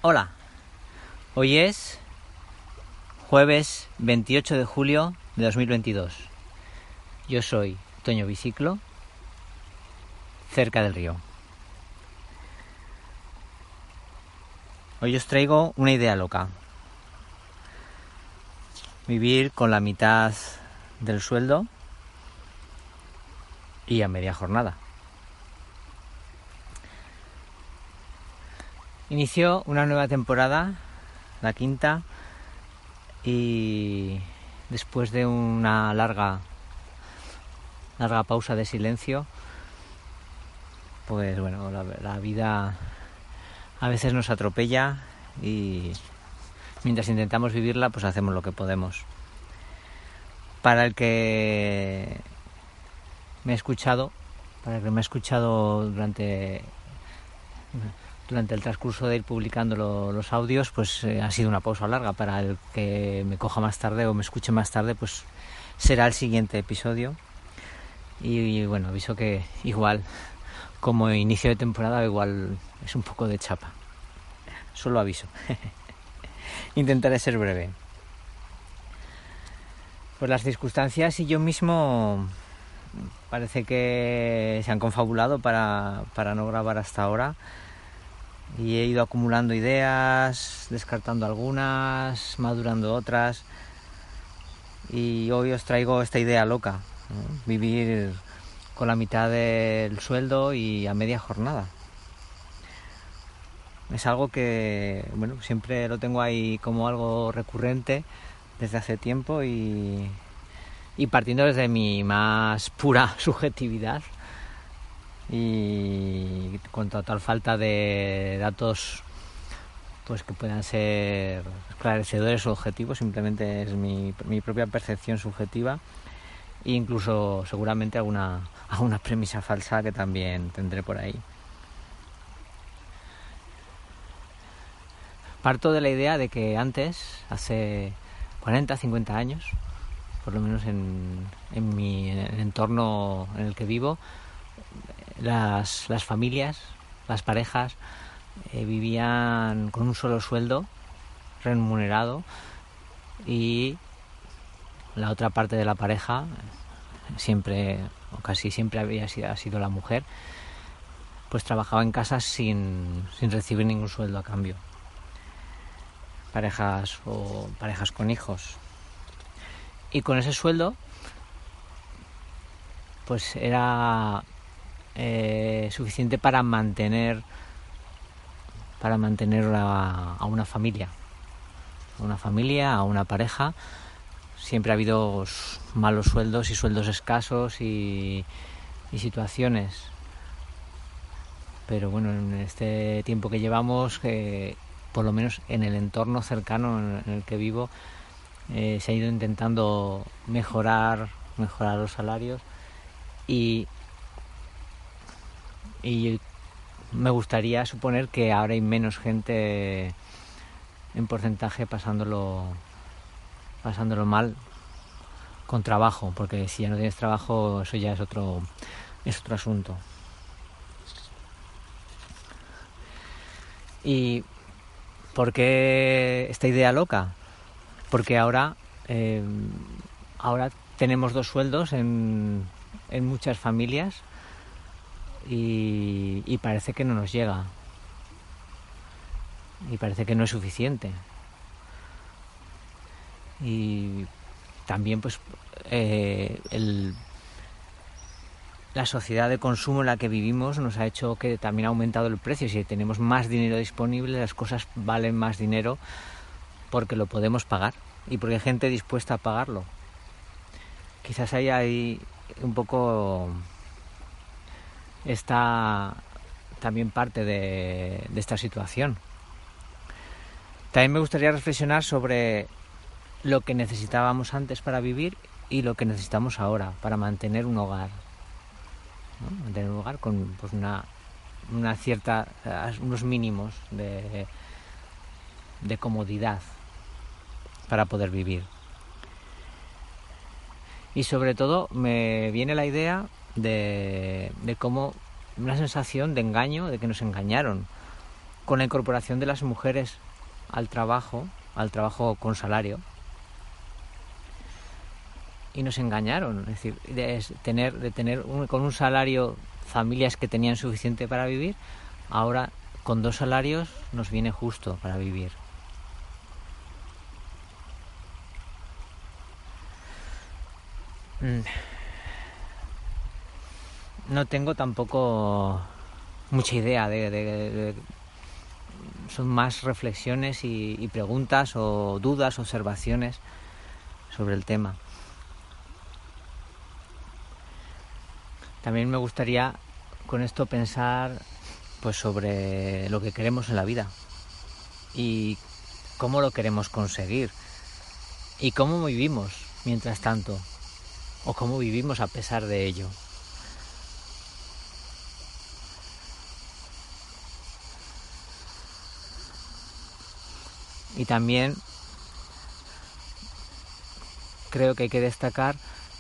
Hola, hoy es jueves 28 de julio de 2022. Yo soy Toño Biciclo, cerca del río. Hoy os traigo una idea loca. Vivir con la mitad del sueldo y a media jornada. Inició una nueva temporada, la quinta, y después de una larga pausa de silencio, pues bueno, la vida a veces nos atropella y mientras intentamos vivirla, pues hacemos lo que podemos. Para el que me ha escuchado durante el transcurso de ir publicando los audios, pues ha sido una pausa larga. Para el que me coja más tarde o me escuche más tarde, pues será el siguiente episodio. Y bueno, aviso que igual, como inicio de temporada, igual es un poco de chapa. Solo aviso. Intentaré ser breve. Pues las circunstancias y yo mismo parece que se han confabulado para no grabar hasta ahora. Y he ido acumulando ideas, descartando algunas, madurando otras. Y hoy os traigo esta idea loca, ¿no? Vivir con la mitad del sueldo y a media jornada. Es algo que, bueno, siempre lo tengo ahí como algo recurrente desde hace tiempo y partiendo desde mi más pura subjetividad y con total falta de datos pues que puedan ser esclarecedores o objetivos. Simplemente es mi propia percepción subjetiva e incluso seguramente alguna premisa falsa que también tendré por ahí. Parto de la idea de que antes, hace 40, 50 años, por lo menos en el entorno en el que vivo, las familias, las parejas vivían con un solo sueldo remunerado y la otra parte de la pareja, siempre o casi siempre ha sido la mujer, pues trabajaba en casa sin recibir ningún sueldo a cambio. Parejas con hijos. Y con ese sueldo pues era suficiente para mantener a una familia, a una pareja. Siempre ha habido malos sueldos y sueldos escasos y situaciones, pero bueno, en este tiempo que llevamos, por lo menos en el entorno cercano en el que vivo, se ha ido intentando mejorar los salarios y me gustaría suponer que ahora hay menos gente en porcentaje pasándolo mal con trabajo, porque si ya no tienes trabajo, eso ya es otro asunto. ¿Y por qué esta idea loca? Porque ahora tenemos dos sueldos en muchas familias y parece que no nos llega y parece que no es suficiente. Y también pues la sociedad de consumo en la que vivimos nos ha hecho que también ha aumentado el precio. Si tenemos más dinero disponible, las cosas valen más dinero porque lo podemos pagar y porque hay gente dispuesta a pagarlo. Quizás ahí hay un poco esta también parte de esta situación. También me gustaría reflexionar sobre lo que necesitábamos antes para vivir y lo que necesitamos ahora para mantener un hogar, ¿no? Mantener un hogar con pues una cierta, unos mínimos de comodidad para poder vivir. Y sobre todo me viene la idea de cómo una sensación de engaño, de que nos engañaron, con la incorporación de las mujeres al trabajo con salario, y nos engañaron. Es decir, de tener con un salario familias que tenían suficiente para vivir, ahora con 2 salarios nos viene justo para vivir. No tengo tampoco mucha idea son más reflexiones y preguntas o dudas, observaciones sobre el tema. También me gustaría con esto pensar pues sobre lo que queremos en la vida y cómo lo queremos conseguir y cómo vivimos mientras tanto, o cómo vivimos a pesar de ello. Y también creo que hay que destacar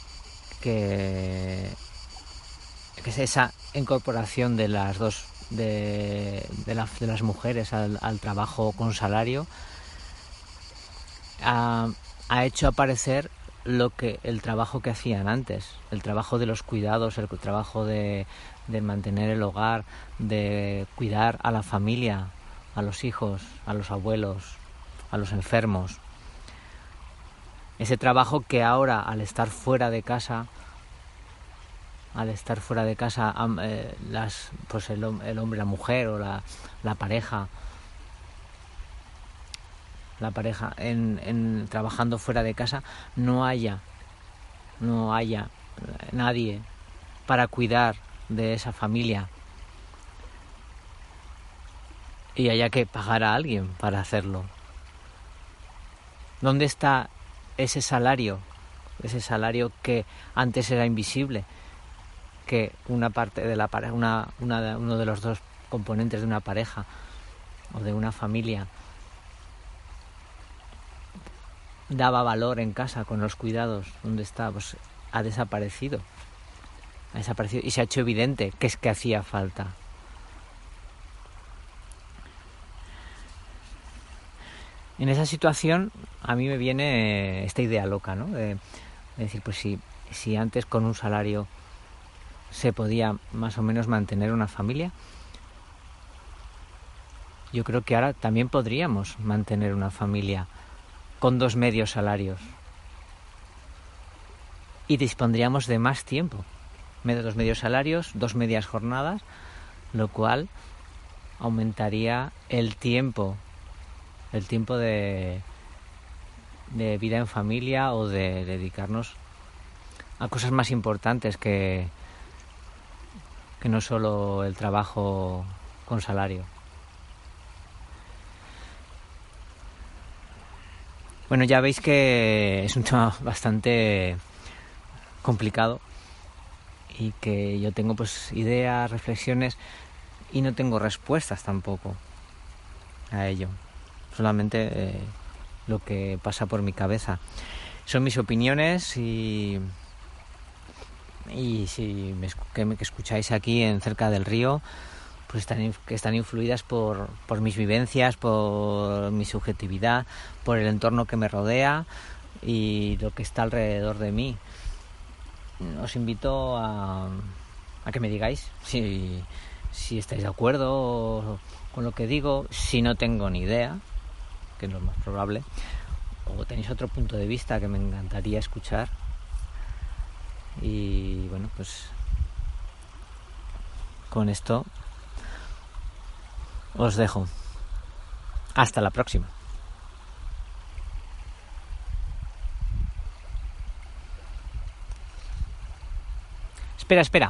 que es esa incorporación de las dos de las mujeres al trabajo con salario ha hecho aparecer el trabajo que hacían antes, el trabajo de los cuidados, el trabajo de mantener el hogar, de cuidar a la familia, a los hijos, a los abuelos, a los enfermos. Ese trabajo que ahora, al estar fuera de casa, pues el hombre, la mujer o la pareja en trabajando fuera de casa, no haya nadie para cuidar de esa familia y haya que pagar a alguien para hacerlo. ¿Dónde está ese salario que antes era invisible, que una parte de la pareja, uno de los dos componentes de una pareja o de una familia daba valor en casa con los cuidados? ¿Dónde está? Pues ha desaparecido y se ha hecho evidente que es que hacía falta. En esa situación a mí me viene esta idea loca, ¿no? De decir, pues si antes con un salario se podía más o menos mantener una familia, yo creo que ahora también podríamos mantener una familia con 2 medios salarios y dispondríamos de más tiempo, 2 medios salarios, 2 medias jornadas, lo cual aumentaría el tiempo de vida en familia o de dedicarnos a cosas más importantes que no solo el trabajo con salario. Bueno, ya veis que es un tema bastante complicado y que yo tengo pues ideas, reflexiones y no tengo respuestas tampoco a ello. Solamente lo que pasa por mi cabeza. Son mis opiniones y si me escucháis aquí en cerca del río, pues están influidas por mis vivencias, por mi subjetividad, por el entorno que me rodea y lo que está alrededor de mí. Os invito a que me digáis si estáis de acuerdo con lo que digo, si no tengo ni idea, que es lo más probable, o tenéis otro punto de vista que me encantaría escuchar. Y bueno, pues con esto os dejo. Hasta la próxima. Espera.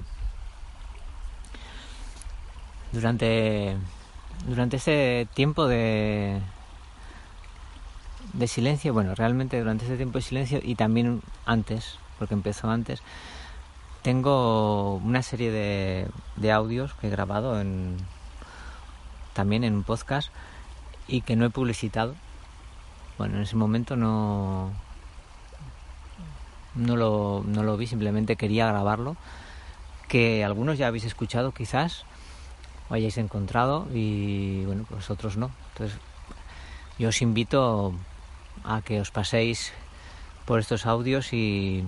Durante ese tiempo de silencio, bueno, realmente durante ese tiempo de silencio y también antes, porque empezó antes, tengo una serie de audios que he grabado también en un podcast y que no he publicitado. Bueno, en ese momento no lo vi, simplemente quería grabarlo, que algunos ya habéis escuchado quizás, o hayáis encontrado y bueno, pues otros no. Entonces yo os invito a que os paséis por estos audios y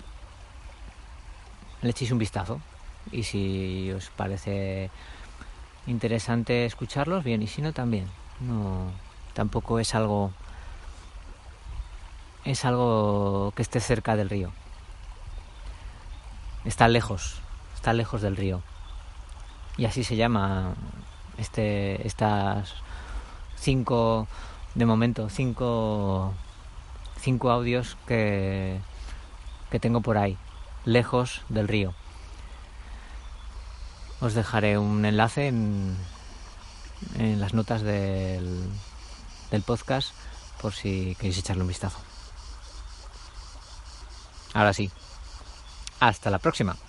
le echéis un vistazo, y si os parece interesante escucharlos, bien, y si no, también. No, tampoco es algo que esté cerca del río. Está lejos del río, y así se llama estas cinco audios que tengo por ahí, lejos del río. Os dejaré un enlace en las notas del podcast, por si queréis echarle un vistazo. Ahora sí, hasta la próxima.